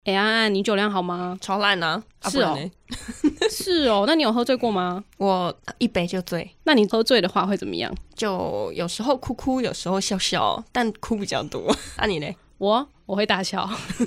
安安，你酒量好吗？ 超烂啊！ 是哦，是哦。那你有喝醉过吗？ 我一杯就醉。 那你喝醉的话会怎么样？ 就有时候哭哭，有时候笑笑，但哭比较多。那你呢？ 我会大笑。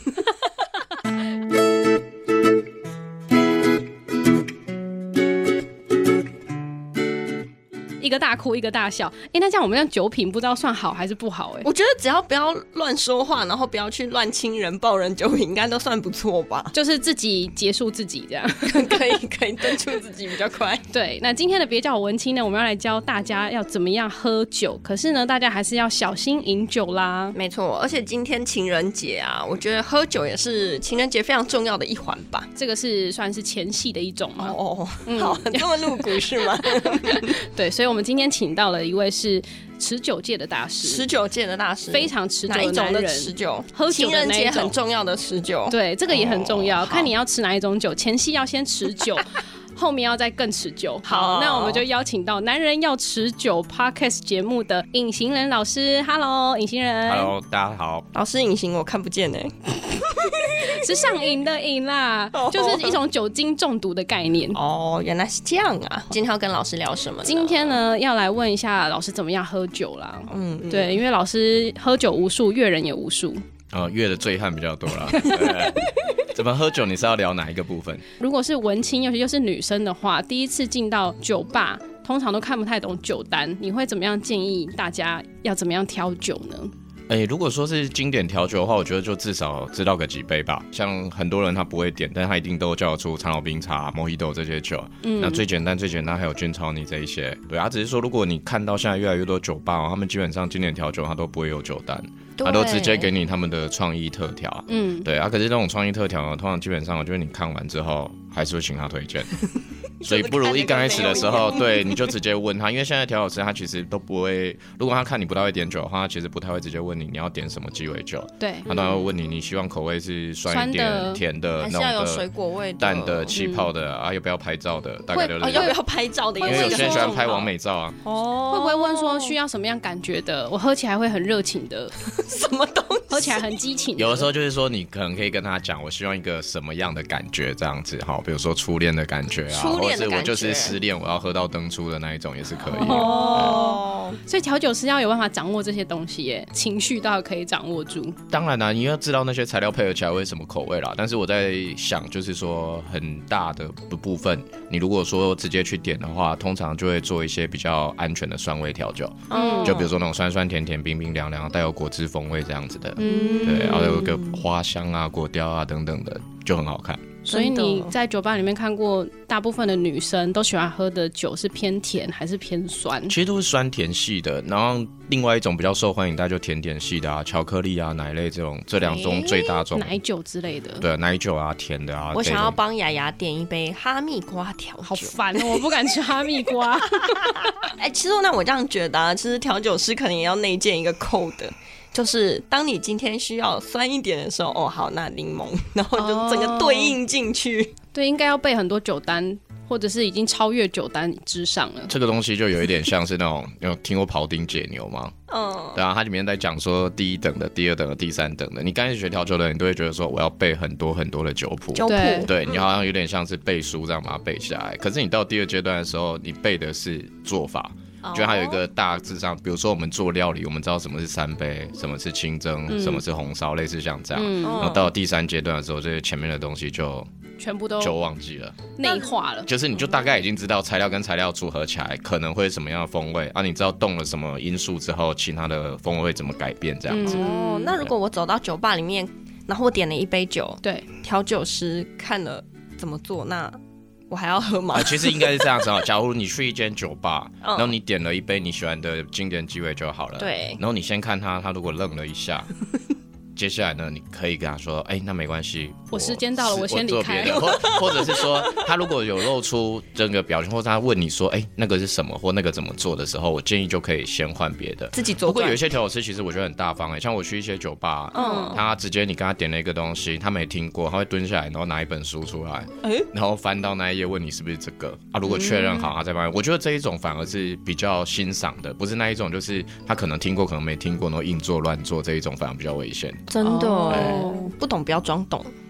一个大哭一个大笑，那这样我们酒品不知道算好还是不好？ 我觉得只要不要乱说话，然后不要去乱亲人抱人，酒品应该都算不错吧。 就是自己结束自己这样。 可以敦促自己比较快。 对，那今天的别叫我文青呢，我们要来教大家要怎么样喝酒，可是呢大家还是要小心饮酒啦。 没错，而且今天情人节啊，我觉得喝酒也是情人节非常重要的一环吧。 这个是算是前戏的一种吗？ 好，这么露骨是吗？ 对，所以我们今天请到了一位是持酒界的大师， 持酒界的大师， 非常持久的男人。 哪一种的持久？ 喝酒的那一种， 情人节很重要的持久。 对，这个也很重要，看你要吃哪一种酒，前戏要先持久。后面要再更持久。好，那我们就邀请到男人要持久 Podcast 节目的隐形人老师。Hello， 隐形人。 Hello， 大家好。 老师隐形我看不见是上瘾的瘾啦，就是一种酒精中毒的概念。 原来是这样啊！今天要跟老师聊什么呢？ 今天呢，要来问一下老师怎么样喝酒啦。对，因为老师喝酒无数，阅人也无数。 阅的醉汉比较多啦。怎么喝酒？你是要聊哪一个部分？如果是文青，尤其又是女生的话，第一次进到酒吧，通常都看不太懂酒单，你会怎么样建议大家要怎么样挑酒呢？ 如果说是经典调酒的话，我觉得就至少知道个几杯吧。像很多人他不会点，但他一定都叫得出长岛冰茶、Mojito 这些酒。那最简单还有gin tonic这一些。对啊，只是说如果你看到现在越来越多酒吧，他们基本上经典调酒他都不会有酒单，他都直接给你他们的创意特调。对啊，可是这种创意特调呢，通常基本上我觉得你看完之后还是会请他推荐。所以不如一刚开始的时候，对，你就直接问他，因为现在调酒师他其实都不会，如果他看你不太会点酒的话，他其实不太会直接问你要点什么鸡尾酒， 对， 他当然会问你希望口味是酸一点、甜的， 还是要有水果味的、 淡的、气泡的要不要拍照的，大概就是要不要拍照的， 因为有些人喜欢拍完美照啊。 会不会问说需要什么样感觉的？我喝起来会很热情的， 什么东西？ 喝起来很激情。 有的时候就是说，你可能可以跟他讲，我希望一个什么样的感觉，这样子，好，比如说初恋的感觉啊，或者是我就是失恋，我要喝到登出的那一种也是可以。 所以调酒师要有办法掌握这些东西耶，情绪倒可以掌握住。 当然啦，你要知道那些材料配合起来会什么口味啦。但是我在想，就是说很大的部分，你如果说直接去点的话，通常就会做一些比较安全的酸味调酒。就比如说那种酸酸甜甜、冰冰凉凉，带有果汁风味这样子的。对，然后有个花香啊、果雕啊等等的，就很好看。 所以你在酒吧里面看过，大部分的女生都喜欢喝的酒是偏甜还是偏酸？ 其实都是酸甜系的，然后另外一种比较受欢迎，大家就甜点系的啊，巧克力啊、奶类这两种最大众。 奶酒之类的。 对，奶酒啊、甜的啊。 我想要帮雅雅点一杯哈密瓜调酒。 好烦哦，我不敢吃哈密瓜。 其实那我这样觉得啊，其实调酒师可能也要内建一个code。就是当你今天需要酸一点的时候，好，那柠檬，然后就整个对应进去。 对，应该要备很多酒单，或者是已经超越酒单之上了。 这个东西就有一点像是那种，有听过庖丁解牛吗？对啊，它里面在讲说第一等的、第二等的、第三等的。你刚开始学调酒的人，你都会觉得说我要背很多很多的酒谱。对，你好像有点像是背书这样把它背下来。可是你到第二阶段的时候，你背的是做法。就它有一个大致上，比如说我们做料理，我们知道什么是三杯，什么是清蒸，什么是红烧，类似像这样。然后到第三阶段的时候，这些前面的东西就全部都忘记了， 内化了。 就是你就大概已经知道材料跟材料组合起来可能会什么样的风味啊，你知道动了什么因素之后，其他的风味会怎么改变这样子。 那如果我走到酒吧里面，然后我点了一杯酒， 对， 调酒师看了怎么做，那我还要喝吗？ 其实应该是这样子。假如你去一间酒吧，然后你点了一杯你喜欢的经典鸡尾酒好了， 对， 然后你先看他如果愣了一下，接下来呢，你可以跟他说，那没关系， 我时间到了，我先离开。 或者是说，他如果有露出这个表情，或者他问你说，那个是什么，或那个怎么做的时候，我建议就可以先换别的， 自己做。 不过有一些调酒师其实我觉得很大方像我去一些酒吧，他直接你跟他点了一个东西，他没听过，他会蹲下来，然后拿一本书出来，然后翻到那一页问你是不是这个啊？如果确认好，他再帮你。我觉得这一种反而是比较欣赏的，不是那一种就是他可能听过，可能没听过，然后硬做乱做这一种反而比较危险。 真的。不懂不要装懂。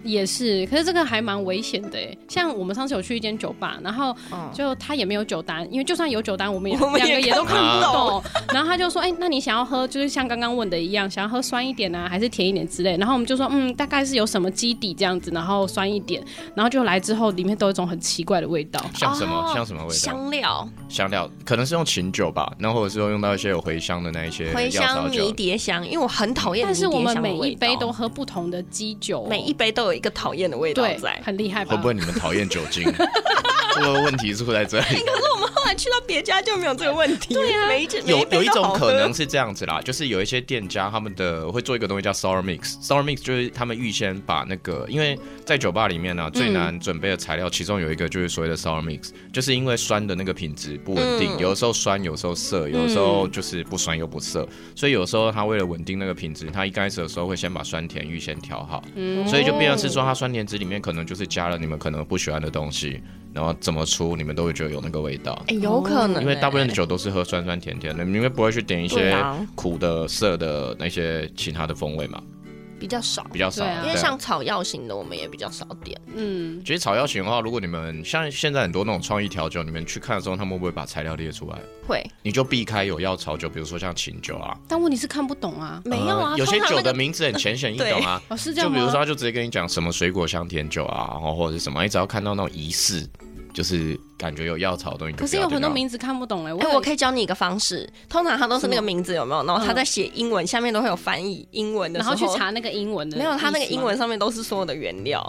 也是，可是这个还蛮危险的耶。像我们上次有去一间酒吧，然后就他也没有酒单，因为就算有酒单，我们两个也都看不懂。然后他就说：“那你想要喝，就是像刚刚问的一样，想要喝酸一点啊，还是甜一点之类？”然后我们就说：“大概是有什么基底这样子，然后酸一点。”然后就来之后，里面都有一种很奇怪的味道， 像什么味道？香料，可能是用琴酒吧，然后或者是用到一些有茴香的那一些茴香、迷迭香，因为我很讨厌迷迭香的味道。 但是我们每一杯都喝不同的基酒， 每一杯都有一个讨厌的味道在， 很厉害吧？ 会不会你们讨厌酒精？这个问题是会在这里。 可是我们后来去到别家就没有这个问题。 对啊， 有一种可能是这样子啦，就是有一些店家他们会做一个东西叫 sour mix。sour mix 就是他们预先把那个，因为在酒吧里面呢，最难准备的材料，其中有一个就是所谓的 sour mix， 就是因为酸的那个品质不稳定，有的时候酸，有时候涩，有的时候就是不酸又不涩，所以有时候他为了稳定那个品质，他一开始的时候会先把酸甜预先调好，所以就变成是说，它酸甜值里面可能就是加了你们可能不喜欢的东西，然后怎么出你们都会觉得有那个味道。 有可能， 因为大部分的酒都是喝酸酸甜甜的，你们不会去点一些苦的、涩的那些其他的风味嘛？ 比较少，因为像草药型的我们也比较少点。 其实草药型的话，如果你们像现在很多那种创意调酒，你们去看的时候，他们会不会把材料列出来？ 会， 你就避开有药草酒，比如说像琴酒啊。 但问题是看不懂啊， 没有啊， 有些酒的名字很浅显易懂啊。 是这样吗？ 就比如说，他就直接跟你讲什么水果香甜酒啊，然后或者是什么，你只要看到那种仪式。就是感觉有药草的东西， 可是有很多名字看不懂我可以教你一个方式，通常它都是那个名字有没有？然后他在写英文，下面都会有翻译英文的时候， 然后去查那个英文的， 没有，他那个英文上面都是所有的原料。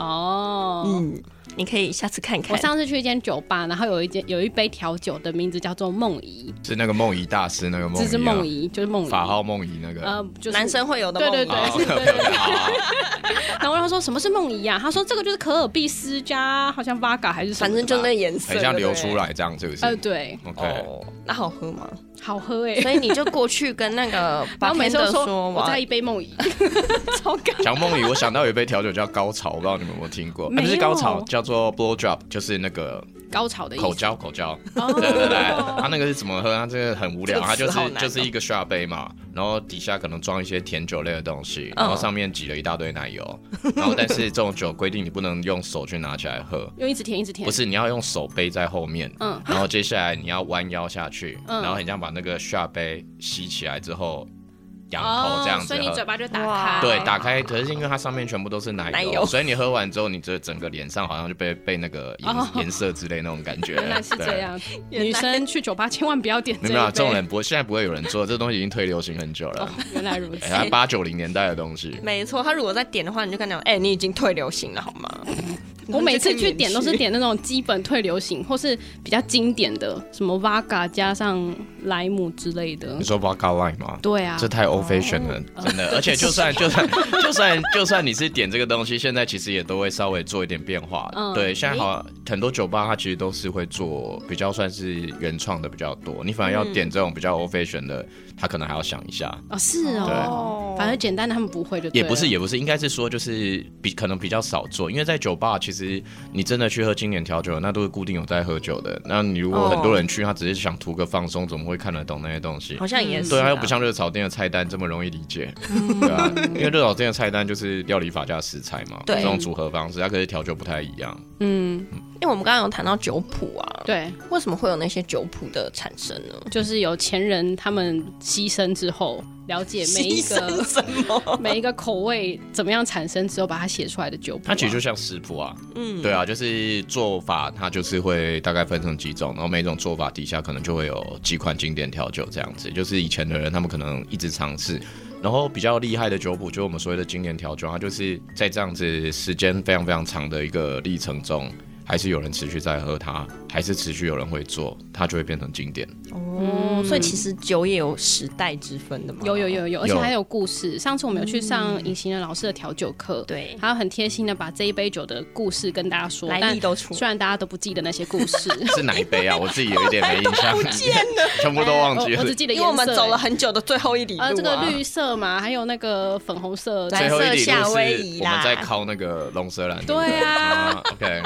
你可以下次看看。 我上次去一间酒吧，然后有一杯调酒的名字叫做梦怡， 是那个梦怡大师那个梦怡， 这是梦怡，就是梦怡， 法号梦怡那个， 就是男生会有的梦怡。 对。然后他说什么是梦怡啊？他说这个就是可尔必斯加好像 Vaga 还是什么， 反正就那颜色， 很像流出来这样，是不是？ 对。 OK， 那好喝吗？ 好喝所以你就过去跟那个然后每次都说我再一杯梦怡，超干。 讲梦怡，我想到有一杯调酒叫高潮，我不知道你们有没有听过？不是高潮，叫做 blow drop， 就是那个高潮的意思， 口交。对，他那个是怎么喝？他这个很无聊，他就是一个 shot 杯嘛，然后底下可能装一些甜酒类的东西，然后上面挤了一大堆奶油，然后但是这种酒规定你不能用手去拿起来喝， 用一直舔， 不是，你要用手背在后面，然后接下来你要弯腰下去，然后很像把那个 shot 杯吸起来之后。仰头这样子所以你嘴巴就打开， 对，打开。可是因为它上面全部都是奶油，所以你喝完之后，你这整个脸上好像就被那个颜色之类那种感觉。 原来是这样，女生去酒吧千万不要点这一杯。 没有，这种人现在不会有人做，这东西已经退流行很久了。 原来如此， 它80、90年代的东西。 没错，他如果再点的话，你就跟他讲，你已经退流行了，好吗？ 我每次去点都是点那种基本退流行，或是比较经典的，什么 Vaga 加上莱姆之类的。 你说 Vaga Lime 吗？ 对啊， 这太 old fashion 了，真的。而且就算你是点这个东西，现在其实也都会稍微做一点变化。对，现在很多酒吧它其实都是会做比较算是原创的比较多，你反而要点这种比较 old fashion 的，他可能还要想一下。 是哦，反正简单的他们不会就对了。 也不是，应该是说就是可能比较少做，因为在酒吧其实你真的去喝经典调酒，那都是固定有在喝酒的。那你如果很多人去，他只是想图个放松，怎么会看得懂那些东西？ 好像也是。 对，它又不像热炒店的菜单这么容易理解，对吧？因为热炒店的菜单就是料理法加食材嘛，这种组合方式，它可是调酒不太一样。 因为我们刚刚有谈到酒谱啊， 对， 为什么会有那些酒谱的产生呢？ 就是有前人他们牺牲之后，了解每一个口味怎么样产生之后，把它写出来的酒谱。 它其实就像食谱啊，对啊，就是做法，它就是会大概分成几种，然后每种做法底下可能就会有几款经典调酒这样子。就是以前的人他们可能一直尝试。然后比较厉害的酒谱，就是我们所谓的经典调酒，它就是在这样子时间非常非常长的一个历程中，还是有人持续在喝它，还是持续有人会做，它就会变成经典。 所以其实酒也有时代之分的嘛。 有，而且还有故事。上次我们有去上隐形人老师的调酒课， 对， 他很贴心的把这一杯酒的故事跟大家说， 来历都出。 虽然大家都不记得那些故事， 是哪一杯啊？我自己有一点没印象， 不见了， 全部都忘记了。 我只记得颜色， 因为我们走了很久的最后一里路这个绿色嘛，还有那个粉红色， 蓝色夏威夷啦。 我们在靠那个龙舌兰。 对啊 ，OK， 就不能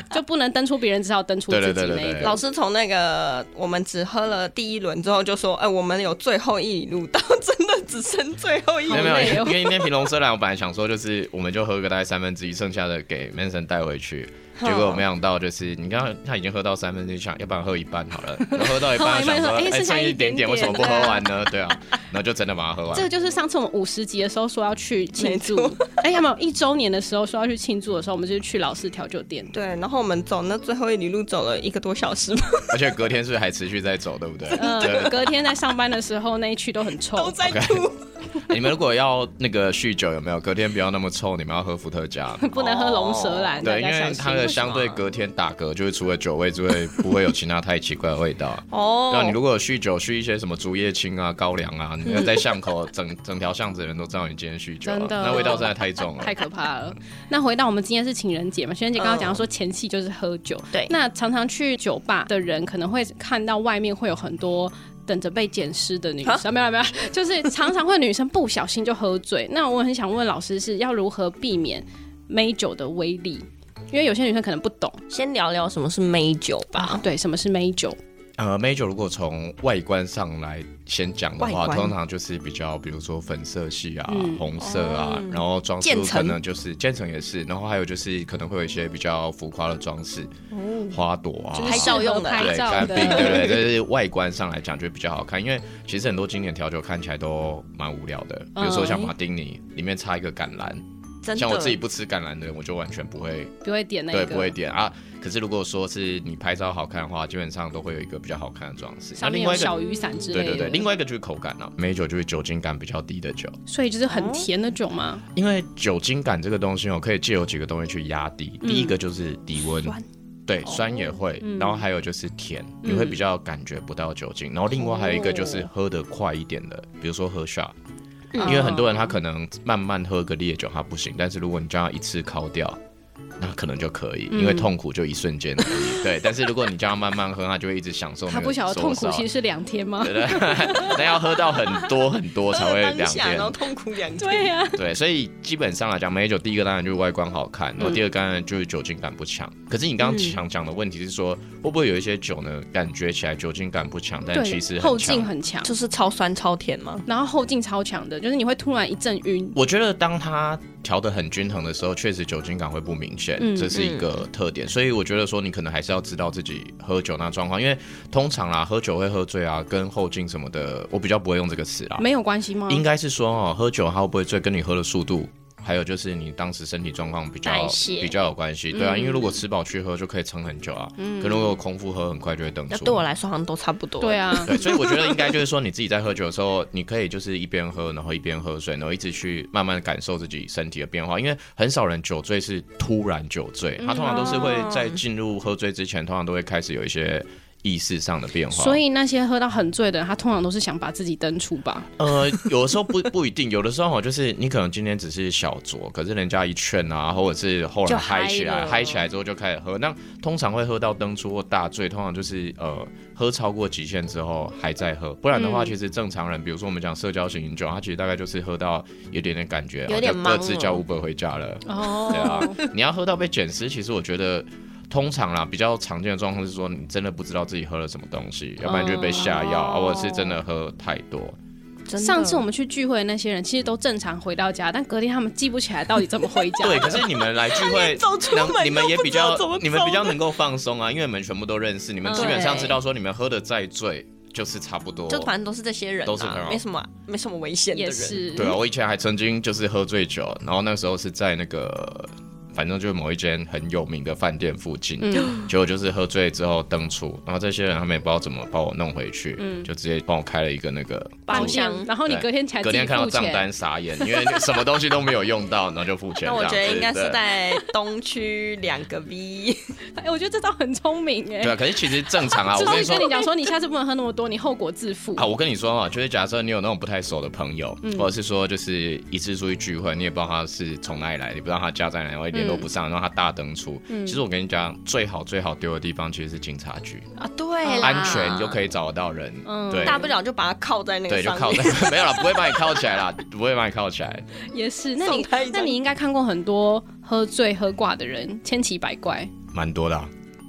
登出别人，只好登出自己那一个。 老师从那个我们只喝了第1轮之后就说，我们有最后1里路到，真的只剩最后1里路。 没有，因为那天平龙车来，我本来想说就是我们就喝个大概1/3，剩下的给 Manson 带回去。结果我没想到，就是你看他已经喝到1/3，想要不然喝一半好了，然后喝到一半想说，剩一点点，为什么不喝完呢？对啊，然后就真的把它喝完。 这个就是上次我们50集的时候说要去庆祝，有没有1周年的时候说要去庆祝的时候，我们就去老式调酒店。 对，然后我们走那最后1里路走了1个多小时， 而且隔天是不是还持续在走，对不对？ 隔天在上班的时候那一区都很臭， 都在吐。 你们如果要那个酗酒，有没有隔天不要那么臭？你们要喝伏特加， 不能喝龙舌兰。 对，因为它的相对隔天打嗝，就是除了酒味之外，不会有其他太奇怪的味道。哦，对，你如果有酗酒，酗一些什么竹叶青啊、高粱啊，你在巷口整条巷子的人都知道你今天酗酒了，真的，那味道实在太重了， 太可怕了。那回到我们今天是情人节嘛，情人节刚刚讲到说前戏就是喝酒， 对。 那常常去酒吧的人可能会看到外面会有很多等着被捡尸的女生，没有，就是常常会女生不小心就喝醉。那我很想问老师，是要如何避免美酒的威力？因为有些女生可能不懂。 先聊聊什么是美酒吧。 对，什么是美酒？ 美酒如果从外观上来先讲的话，通常就是比较，比如说粉色系啊、红色啊，然后装饰可能就是渐层也是，然后还有就是可能会有一些比较浮夸的装饰，花朵啊， 就是拍照用的， 对，干冰，对，这是外观上来讲就比较好看。因为其实很多经典调酒看起来都蛮无聊的，比如说像马丁尼里面插一个橄榄。像我自己不吃橄榄的人，我就完全不会点那个， 对，不会点啊。可是如果说是你拍照好看的话，基本上都会有一个比较好看的装饰， 上面有小雨伞之类的。 对，另外一个就是口感啊，美酒就是酒精感比较低的酒， 所以就是很甜的酒吗？ 因为酒精感这个东西可以借由几个东西去压低。第一个就是低温，对，酸也会，然后还有就是甜，你会比较感觉不到酒精。然后另外还有一个就是喝得快一点的，比如说喝 shot。因为很多人他可能慢慢喝个烈酒他不行，但是如果你叫他一次烤掉，那可能就可以，因为痛苦就一瞬间而已。对，但是如果你叫他慢慢喝，他就会一直享受那个。 他不晓得痛苦其实是2天吗？ 对，但要喝到很多很多才会2天， 然后痛苦2天。 对呀， 对，所以基本上来讲，美酒第一个当然就是外观好看，然后第二个当然就是酒精感不强。可是你刚刚想讲的问题是说，会不会有一些酒呢，感觉起来酒精感不强，但其实后劲很强， 就是超酸超甜吗？ 然后后劲超强的，就是你会突然一阵晕。 我觉得当它调得很均衡的时候，确实酒精感会不明显，这是一个特点。所以我觉得说，你可能还是要知道自己喝酒那状况，因为通常啦，喝酒会喝醉啊，跟后劲什么的，我比较不会用这个词啦。 没有关系吗？ 应该是说喝酒它会不会醉，跟你喝的速度。还有就是你当时身体状况比较有关系，对啊，因为如果吃饱去喝就可以撑很久啊，可如果空腹喝很快就会登出。 对我来说好像都差不多。 对啊， 对，所以我觉得应该就是说你自己在喝酒的时候，你可以就是一边喝，然后一边喝水，然后一直去慢慢感受自己身体的变化，因为很少人酒醉是突然酒醉，他通常都是会在进入喝醉之前，通常都会开始有一些意识上的变化。 所以那些喝到很醉的人，他通常都是想把自己登出吧？ 有的时候不一定，有的时候就是你可能今天只是小酌，可是人家一劝啊，或者是后来嗨起来之后就开始喝。那通常会喝到登出或大醉，通常就是喝超过极限之后还在喝，不然的话，其实正常人，比如说我们讲社交型饮酒，他其实大概就是喝到有点感觉， 有点各自叫 Uber 回家了。哦，对啊，你要喝到被捡尸，其实我觉得。通常啦，比较常见的状况是说，你真的不知道自己喝了什么东西，要不然就会被下药，或者是真的喝太多。 上次我们去聚会的那些人，其实都正常回到家，但隔天他们记不起来到底怎么回家。 对，可是你们来聚会，你们也比较能够放松啊，因为你们全部都认识，你们基本上知道说你们喝的再醉。就是差不多， 就反正都是这些人、啊， 都是朋友， 没什么危险的人。 也是， 对啊，我以前还曾经就是喝醉酒，然后那时候是在那个。反正就是某一间很有名的饭店附近，结果就是喝醉之后登出，然后这些人他们也不知道怎么把我弄回去，就直接帮我开了一个那个包厢，然后你隔天才看到账单傻眼，因为什么东西都没有用到，然后就付钱。 那我觉得应该是在东区2个 V， 我觉得这招很聪明哎。 对啊，可是其实正常啊，我跟你说， 跟你讲说你下次不能喝那么多，你后果自负啊。我跟你说啊，就是假设你有那种不太熟的朋友，或者是说就是一次出去聚会，你也不知道他是从哪里来，你不知道他家在哪里，然后联络不上，然后他大登出。其实我跟你讲，最好丢的地方其实是警察局啊， 对啦， 安全就可以找得到人，对， 大不了就把他铐在那个上面， 对，就铐在没有啦，不会把你铐起来啦，不会把你铐起来。 也是，那你应该看过很多喝醉喝挂的人，千奇百怪， 蛮多的啊。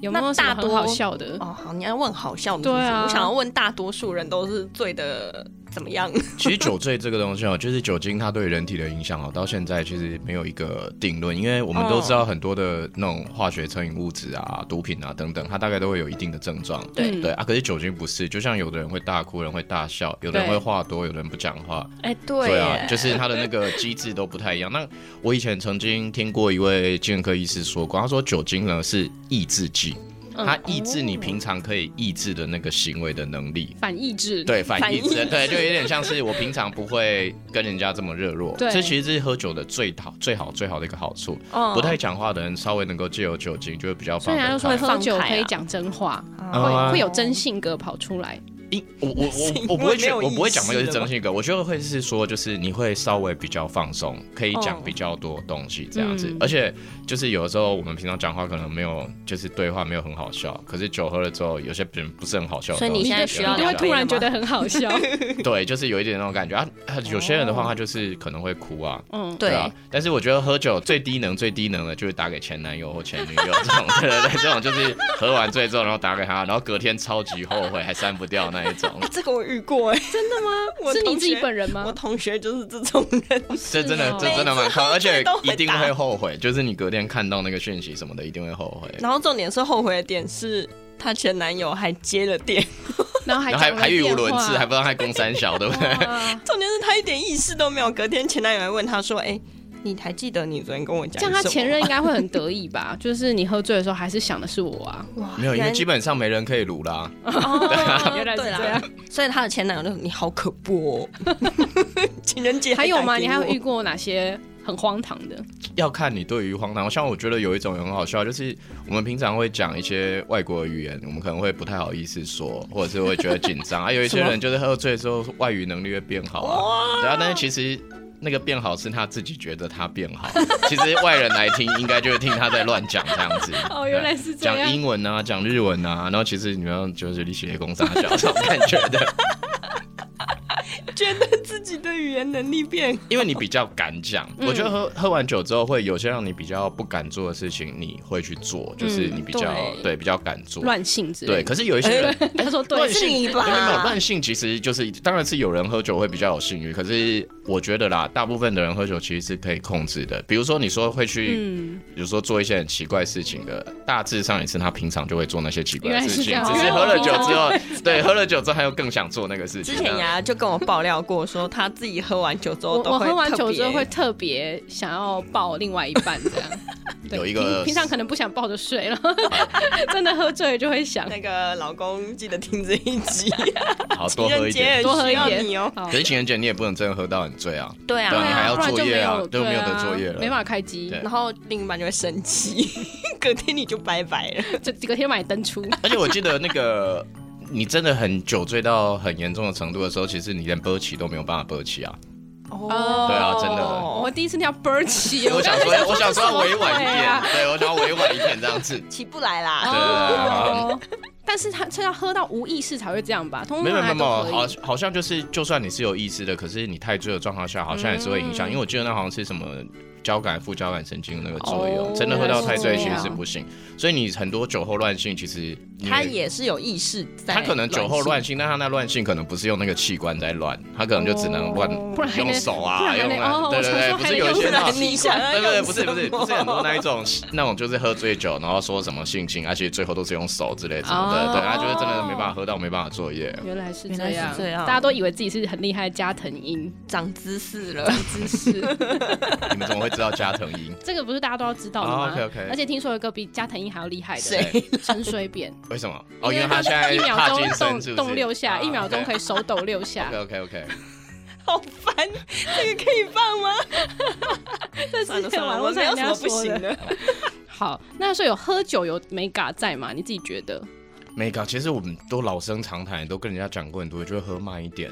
有没有什么很好笑的？ 哦，好，你要问好笑的， 对啊， 我想要问大多数人都是醉的怎么样？ 其实酒醉这个东西就是酒精它对人体的影响到现在其实没有一个定论，因为我们都知道很多的那种化学成瘾物质啊、毒品啊等等，它大概都会有一定的症状。对啊，可是酒精不是，就像有的人会大哭，有人会大笑，有的人会话多，有的人不讲话。对啊，就是它的那个机制都不太一样。那我以前曾经听过一位精神科医师说过，他说酒精呢是抑制剂。它抑制你平常可以抑制的那个行为的能力， 反抑制， 对，反抑制，对，就有点像是我平常不会跟人家这么热络，这其实是喝酒的最好的一个好处。不太讲话的人稍微能够借由酒精，就会比较放得开。 所以说喝酒可以讲真话，会有真性格跑出来。 我不会讲那个是真性格，我觉得会是说，就是你会稍微比较放松，可以讲比较多东西这样子。而且就是有的时候我们平常讲话可能没有，就是对话没有很好笑，可是酒喝了之后，有些人不是很好笑的， 所以你现在需要， 你就会突然觉得很好笑。 对，就是有一点那种感觉啊。有些人的话，他就是可能会哭啊， 对啊。但是我觉得喝酒最低能的就是打给前男友或前女友这种，对，这种就是喝完醉之后，然后打给他，然后隔天超级后悔，还删不掉那一种。 这个我遇过真的吗？是你自己本人吗？ 我同学就是这种人， 这真的蛮靠，而且一定会后悔，就是你隔天看到那个讯息什么的，一定会后悔。 然后重点是后悔的点是，她前男友还接了电， 然后还语无伦次，还不知道他公三小，对不对？ 重点是他一点意识都没有。隔天前男友还问他说：“你还记得你昨天跟我讲什么？” 这样他前任应该会很得意吧？就是你喝醉的时候还是想的是我啊。 没有，因为基本上没人可以撸啦。 原来是这样。 所以他的前男友就说：“你好可怖哦。”情人节还有吗？你还有遇过哪些很荒唐的？ 要看你对于荒唐，像我觉得有一种很好笑，就是我们平常会讲一些外国语言，我们可能会不太好意思说，或者是会觉得紧张啊。有一些人就是喝醉之后外语能力会变好啊，对啊，但是其实那个变好是他自己觉得他变好，其实外人来听应该就会听他在乱讲这样子。 哦，原来是这样。 讲英文啊，讲日文啊，然后其实你们就是你写公三小这种感觉的。 觉得自己的语言能力变好， 因为你比较敢讲。我觉得喝完酒之后，会有些让你比较不敢做的事情，你会去做，就是你比较比较敢做。 乱性之类的。 对，可是有一些人， 他说对， 是你吧？ 没有乱性，其实就是当然是有人喝酒会比较有性欲，可是我觉得啦，大部分的人喝酒其实是可以控制的。比如说你说会去，比如说做一些很奇怪事情的，大致上也是他平常就会做那些奇怪的事情，只是喝了酒之后，对，喝了酒之后他又更想做那个事情。 之前牙就跟我爆料过说，他自己喝完酒之后都会， 我喝完酒之后会特别想要抱另外一半这样。 有一个平常可能不想抱着睡了，真的喝醉了就会想。 那个老公记得听这一集， 好多喝一点， 多喝一点你哦。 可是情人节你也不能真的喝到很醉啊。 对啊， 你还要作业啊， 都没有得作业了， 没办法开机， 然后另一半就会生气，隔天你就拜拜了， 隔天买登出。 而且我记得那个。你真的很酒醉到很严重的程度的时候，其实你连啵起都没有办法啵起啊。 哦， 对啊，真的。 我第一次听到啵起， 我想说要委婉一点，对，我想要委婉一点这样子， 起不来啦。 对。但是他要喝到无意识才会这样吧？通常没有，好像就是，就算你是有意识的，可是你太醉的状况下，好像也是会影响。因为我记得那好像是什么交感、副交感神经的那个作用，真的喝到太醉其实是不行。所以你很多酒后乱性，其实他也是有意识在。 他可能酒后乱性，但他那乱性可能不是用那个器官在乱，他可能就只能乱用手啊，用对，不是有一些那种，对，不是很多那一种就是喝醉酒，然后说什么性侵，而且最后都是用手之类什么的，对，他就是真的没办法喝到，没办法作业。 原来是这样，大家都以为自己是很厉害的加藤鹰， 长知识了， 长知识。 你们怎么会知道加藤鹰？ 这个不是大家都要知道的吗 ？OK， 而且听说有一个比加藤鹰还要厉害的， 谁？ 陈水扁。 为什么？因为他现在 1秒钟是动6下，1秒钟可以手抖6下。 OK。 好烦，这个可以放吗？ 这是网络上人家说的。好，那所以有喝酒有美嘎在吗？你自己觉得？ 美嘎，其实我们都老生常谈，都跟人家讲过很多，就会喝慢一点。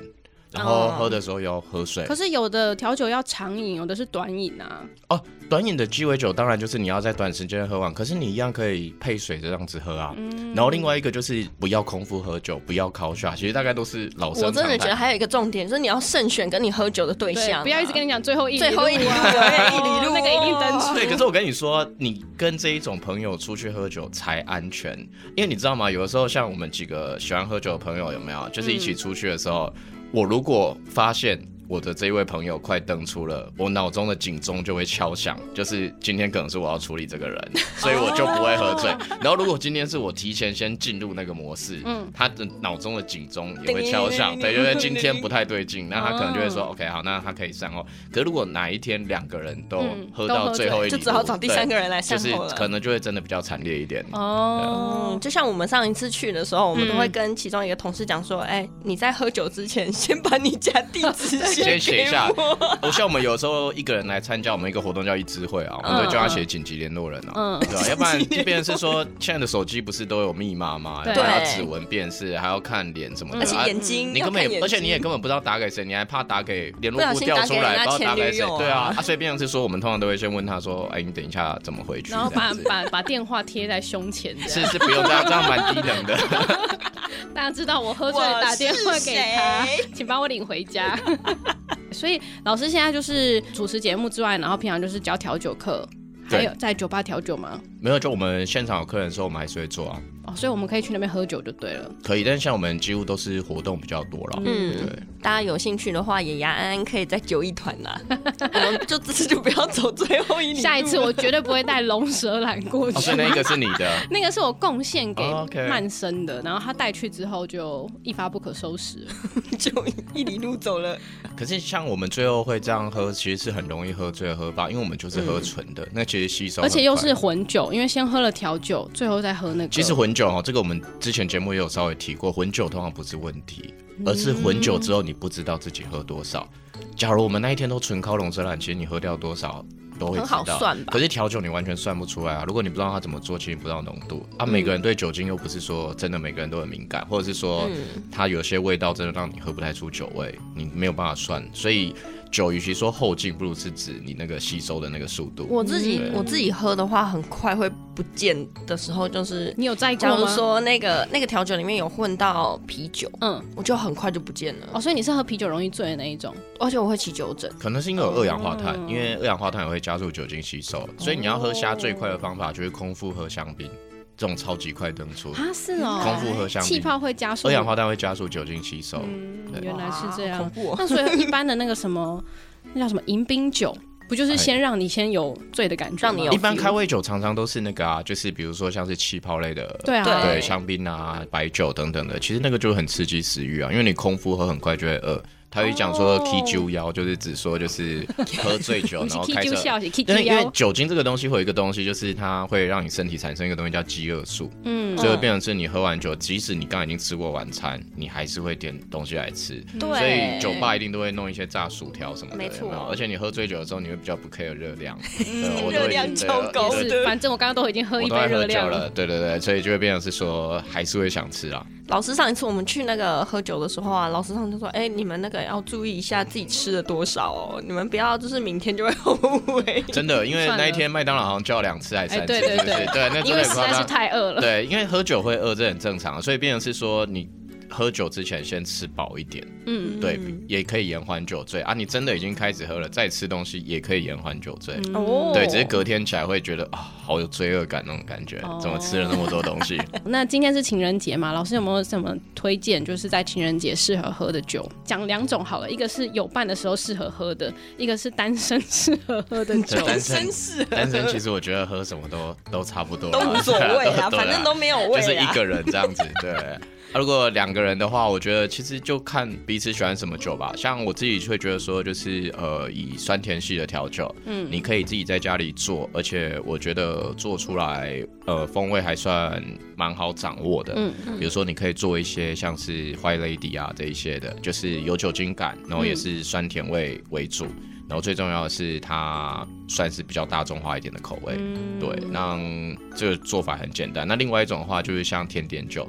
然后喝的时候要喝水。 可是有的调酒要长饮，有的是短饮啊。 哦，短饮的鸡尾酒当然就是你要在短时间喝完，可是你一样可以配水这样子喝啊。然后另外一个就是不要空腹喝酒，不要call shot，其实大概都是老生常谈。 我真的觉得还有一个重点，就是你要慎选跟你喝酒的对象， 不要一直跟你讲最后一里路啊，一里路那个一定登出。 对，可是我跟你说，你跟这一种朋友出去喝酒才安全，因为你知道吗？有的时候像我们几个喜欢喝酒的朋友，有没有？就是一起出去的时候，我如果发现我的这一位朋友快登出了，我脑中的警钟就会敲响，就是今天可能是我要处理这个人，所以我就不会喝醉。然后如果今天是我提前先进入那个模式，他的脑中的警钟也会敲响，对，就是今天不太对劲，那他可能就会说 OK 好，那他可以善后。可是如果哪一天两个人都喝到最后一里路， 就只好找第三个人来善后了， 就是可能就会真的比较惨烈一点。 就像我们上一次去的时候，我们都会跟其中一个同事讲说，你在喝酒之前先把你家地址先写一下。像我们有时候一个人来参加我们一个活动叫一支会啊，我们就叫他写紧急联络人啊，对吧？要不然就变成是说，现在的手机不是都有密码吗？还要指纹辨识，还要看脸什么的， 而且眼睛， 你根本也，而且你也根本不知道打给谁，你还怕打给联络部调出来，不知道打给谁，对啊，所以变成是说，我们通常都会先问他说，你等一下怎么回去？ 然后把电话贴在胸前， 是不用这样蛮低能的。 大家知道我喝醉了打电话给他，请把我领回家。所以老师现在就是主持节目之外，然后平常就是教调酒课，还有在酒吧调酒吗？ 没有，就我们现场有客人的时候，我们还是会做啊。 所以我们可以去那边喝酒就对了。 可以，但是像我们几乎都是活动比较多了。对。 大家有兴趣的话，也安安可以在酒艺团啦。我们就这次就不要走最后一里路。 下一次我绝对不会带龙舌兰过去。 所以那个是你的， 那个是我贡献给曼森的，然后他带去之后就一发不可收拾， 就一里路走了。 可是像我们最后会这样喝，其实是很容易喝醉的喝法，因为我们就是喝纯的，那其实吸收很快， 而且又是混酒，因为先喝了调酒，最后再喝那个。 其实混酒这个我们之前节目也有稍微提过，混酒通常不是问题，而是混酒之后你不知道自己喝多少。假如我们那一天都纯靠龙舌兰，其实你喝掉多少都会知道， 很好算吧？ 可是调酒你完全算不出来啊！如果你不知道它怎么做，其实你不知道浓度啊。每个人对酒精又不是说真的每个人都很敏感，或者是说它有些味道真的让你喝不太出酒味，你没有办法算，所以。酒与其说后劲，不如是指你那个吸收的那个速度。 我自己喝的话，很快会不见的时候，就是你有在过吗？ 假如说那个调酒里面有混到啤酒，我就很快就不见了。 所以你是喝啤酒容易醉的那一种， 而且我会起酒疹。 可能是因为有二氧化碳，因为二氧化碳也会加速酒精吸收，所以你要喝虾最快的方法就是空腹喝香槟。这种超级快登出是哦， 空腹喝香槟， 气泡会加速， 二氧化碳会加速酒精吸收。 原来是这样， 恐怖。 那所以一般的那个什么，那叫什么迎宾酒，不就是先让你先有醉的感觉， 让你有。 一般开胃酒常常都是那个就是比如说像是气泡类的，对，香槟啊、白酒等等的，其实那个就很刺激食欲啊，因为你空腹喝很快就会饿。他会讲说 K 酒腰，就是指说就是喝醉酒然后开车，因为酒精这个东西会有一个东西，就是它会让你身体产生一个东西叫饥饿素，所以会变成是你喝完酒，即使你刚刚已经吃过晚餐，你还是会点东西来吃。所以酒吧一定都会弄一些炸薯条什么的， 没错。 而且你喝醉酒的时候，你会比较不 care 热量， 热量超高的。反正我刚刚都已经喝一杯热量了， 对，所以就会变成是说还是会想吃啊。 老师上一次我们去那个喝酒的时候啊，老师上就说，你们那个要注意一下自己吃了多少哦，你们不要就是明天就会后悔。 真的，因为那一天麦当劳好像叫2次还是3次， 对， 那因为实在是太饿了。 对，因为喝酒会饿，这很正常，所以变成是说你喝酒之前先吃饱一点，对，也可以延缓酒醉啊。你真的已经开始喝了，再吃东西也可以延缓酒醉，对，只是隔天起来会觉得好有罪恶感那种感觉，怎么吃了那么多东西？ 那今天是情人节嘛，老师有没有什么推荐，就是在情人节适合喝的酒？讲2种好了，一个是有伴的时候适合喝的，一个是单身适合喝的酒。 单身其实我觉得喝什么都差不多， 都无所谓啊，反正都没有味， 就是一个人这样子，对。如果2个人的话，我觉得其实就看彼此喜欢什么酒吧。像我自己会觉得说，就是以酸甜系的调酒，你可以自己在家里做，而且我觉得做出来风味还算蛮好掌握的。比如说你可以做一些像是 White Lady 啊这一些的，就是有酒精感，然后也是酸甜味为主。然后最重要的是，它算是比较大众化一点的口味，对。那这个做法很简单。那另外一种的话，就是像甜点酒。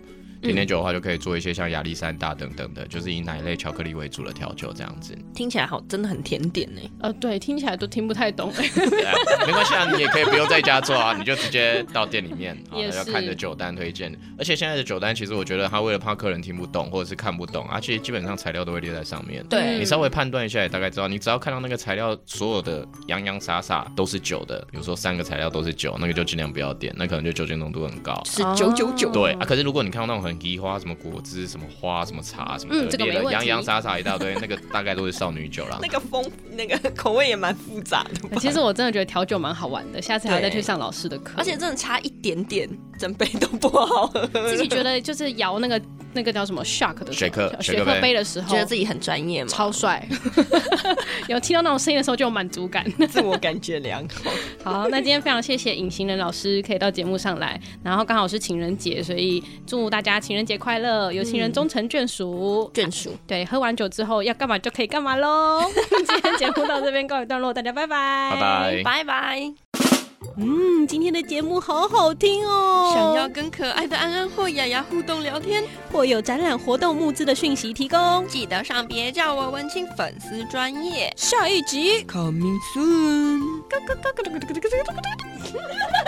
甜点酒的话就可以做一些像亚历山大等等的，就是以奶类、巧克力为主的调酒这样子。 听起来好，真的很甜点呢。 对，听起来都听不太懂。 没关系啊，你也可以不用在家做啊，你就直接到店里面， 也是要看着酒单推荐。而且现在的酒单，其实我觉得他为了怕客人听不懂或者是看不懂，而且基本上材料都会列在上面。 对， 你稍微判断一下也大概知道，你只要看到那个材料所有的洋洋洒洒都是酒的，比如说3个材料都是酒，那个就尽量不要点，那可能就酒精浓度很高。 是999。 对啊，可是如果你看到那种很奇花，什么果汁、什么花、什么茶什么的，列了洋洋洒洒一大堆，那个大概都是少女酒啦。 那个口味也蛮复杂的。 其实我真的觉得调酒蛮好玩的，下次还要再去上老师的课。 而且真的差一点点，整杯都不好喝。 自己觉得就是摇那个叫什么 shark 的雪克杯的时候， 觉得自己很专业嘛， 超帅。有听到那种声音的时候就有满足感， 自我感觉良好。 好，那今天非常谢谢隐形人老师可以到节目上来，然后刚好是情人节，所以祝大家情人节快乐，有情人终成眷属。对，喝完酒之后要干嘛就可以干嘛咯。今天节目到这边告一段落，大家拜拜， 拜拜。 今天的节目好好听哦！ 想要跟可爱的安安或雅雅互动聊天， 或有展览活动募资的讯息提供， 记得上别叫我文青粉丝专页。 下一集 Coming soon。